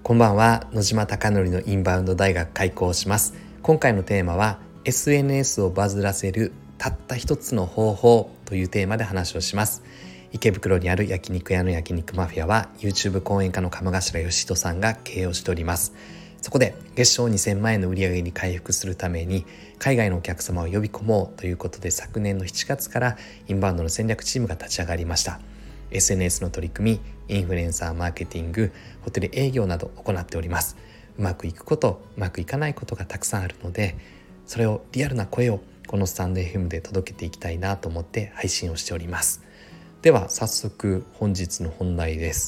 こんばんは。野島貴則のインバウンド大学開講します。今回のテーマは SNS をバズらせるたった一つの方法というテーマで話をします。池袋にある焼肉屋の焼肉マフィアは YouTube 講演家の鴨頭義人さんが経営をしております。そこで月賞2000万円の売り上げに回復するために海外のお客様を呼び込もうということで、昨年の7月からインバウンドの戦略チームが立ち上がりました。 SNS の取り組み、インフルエンサーマーケティング、ホテル営業など行っております。うまくいくこと、うまくいかないことがたくさんあるので、それをリアルな声をこのスタンド FM で届けていきたいなと思って配信をしております。では早速本日の本題です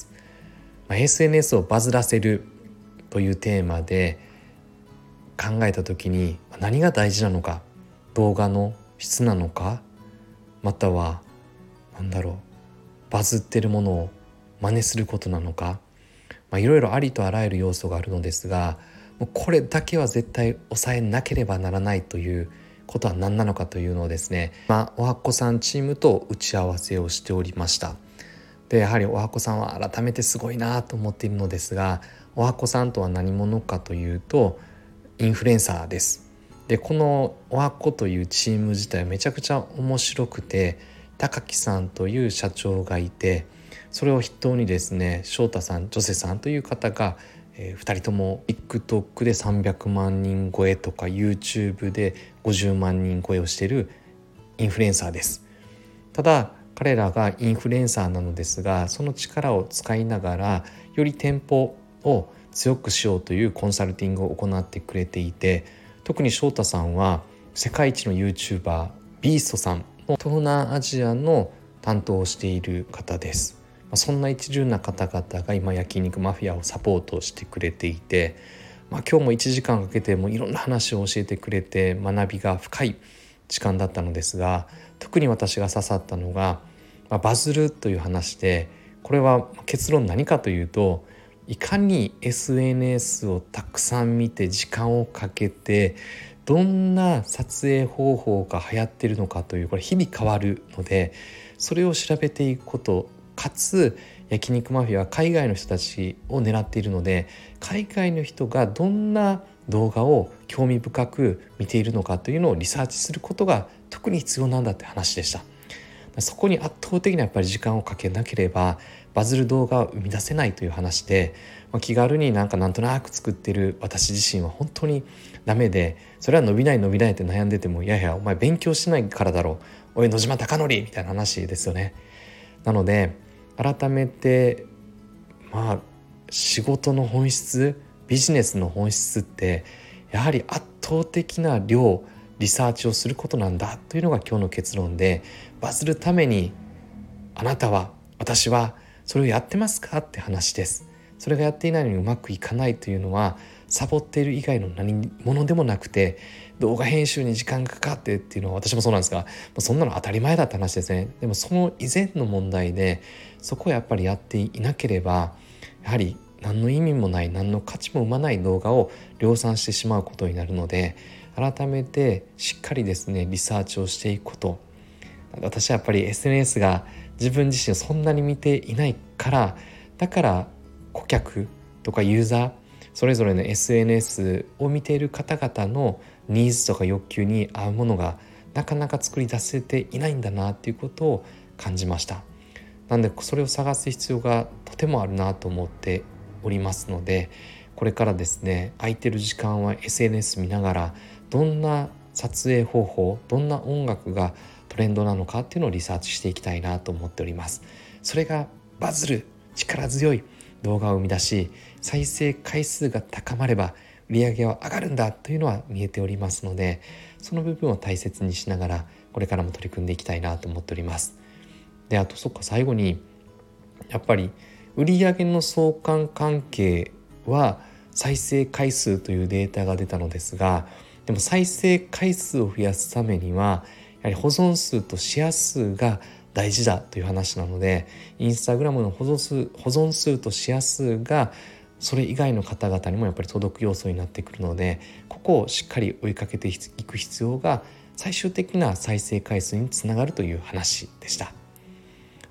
。SNS をバズらせるというテーマで考えた時に何が大事なのか、動画の質なのか、またはバズってるものを真似することなのか、いろいろありとあらゆる要素があるのですが、もうこれだけは絶対抑えなければならないということは何なのかというのをですね、おはっこさんチームと打ち合わせをしておりました。でやはりおはっこさんは改めてすごいなと思っているのですが、おはっこさんとは何者かというとインフルエンサーです。でこのおはっこというチーム自体はめちゃくちゃ面白くて、高木さんという社長がいて、それを筆頭にですね、翔太さん、ジョセさんという方が、2人とも TikTok で300万人超えとか YouTube で50万人超えをしているインフルエンサーです。ただ彼らがインフルエンサーなのですが、その力を使いながらより店舗を強くしようというコンサルティングを行ってくれていて、特に翔太さんは世界一の YouTuber ビーストさんの東南アジアの担当をしている方です。そんな一流な方々が今焼肉マフィアをサポートしてくれていて、今日も1時間かけてもいろんな話を教えてくれて学びが深い時間だったのですが、特に私が刺さったのが、バズるという話で、これは結論何かというと、いかに SNS をたくさん見て時間をかけてどんな撮影方法が流行っているのかという、これ日々変わるので、それを調べていくこと、かつ焼肉マフィアは海外の人たちを狙っているので、海外の人がどんな動画を興味深く見ているのかというのをリサーチすることが特に必要なんだって話でした。そこに圧倒的なやっぱり時間をかけなければバズる動画を生み出せないという話で、気軽になんとなく作ってる私自身は本当にダメで、それは伸びないって悩んでても、いやいやお前勉強しないからだろう、おい野島貴則みたいな話ですよね。なので改めて仕事の本質、ビジネスの本質ってやはり圧倒的な量リサーチをすることなんだというのが今日の結論で、バズるためにあなたは、私はそれをやってますかって話です。それがやっていないのにうまくいかないというのはサボっている以外の何者でもなくて、動画編集に時間がかかってっていうのは私もそうなんですが、そんなの当たり前だって話ですね。でもその以前の問題で、そこをやっぱりやっていなければ、やはり何の意味もない、何の価値も生まない動画を量産してしまうことになるので、改めてしっかりですねリサーチをしていくこと。私はやっぱり SNS が自分自身をそんなに見ていないから、だから顧客とかユーザー、それぞれの SNS を見ている方々のニーズとか欲求に合うものがなかなか作り出せていないんだなっていうことを感じました。なのでそれを探す必要がとてもあるなと思っておりますので、これからですね、空いてる時間は SNS 見ながら、どんな撮影方法、どんな音楽がトレンドなのかっていうのをリサーチしていきたいなと思っております。それがバズる力強い動画を生み出し、再生回数が高まれば売り上げは上がるんだというのは見えておりますので、その部分を大切にしながらこれからも取り組んでいきたいなと思っております。であと最後に、やっぱり売上の相関関係は再生回数というデータが出たのですが、でも再生回数を増やすためにはやはり保存数とシェア数が大事だという話なので、インスタグラムの保存数とシェア数がそれ以外の方々にもやっぱり届く要素になってくるので、ここをしっかり追いかけていく必要が最終的な再生回数につながるという話でした。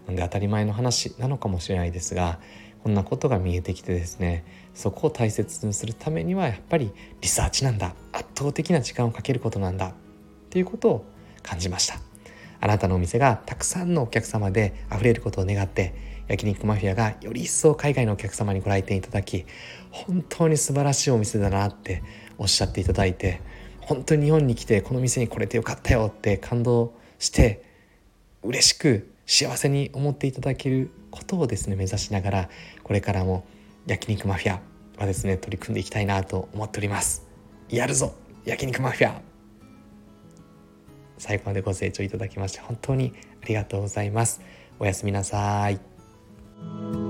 なんで当たり前の話なのかもしれないですが、こんなことが見えてきてですね、そこを大切にするためにはやっぱりリサーチなんだ、圧倒的な時間をかけることなんだっていうことを感じました。あなたのお店がたくさんのお客様で溢れることを願って、焼肉マフィアがより一層海外のお客様にご来店いただき、本当に素晴らしいお店だなっておっしゃっていただいて、本当に日本に来てこの店に来れてよかったよって感動して、嬉しく幸せに思っていただけることをですね目指しながら、これからも焼肉マフィアはですね取り組んでいきたいなと思っております。やるぞ焼肉マフィア。最後までご清聴いただきまして本当にありがとうございます。おやすみなさい。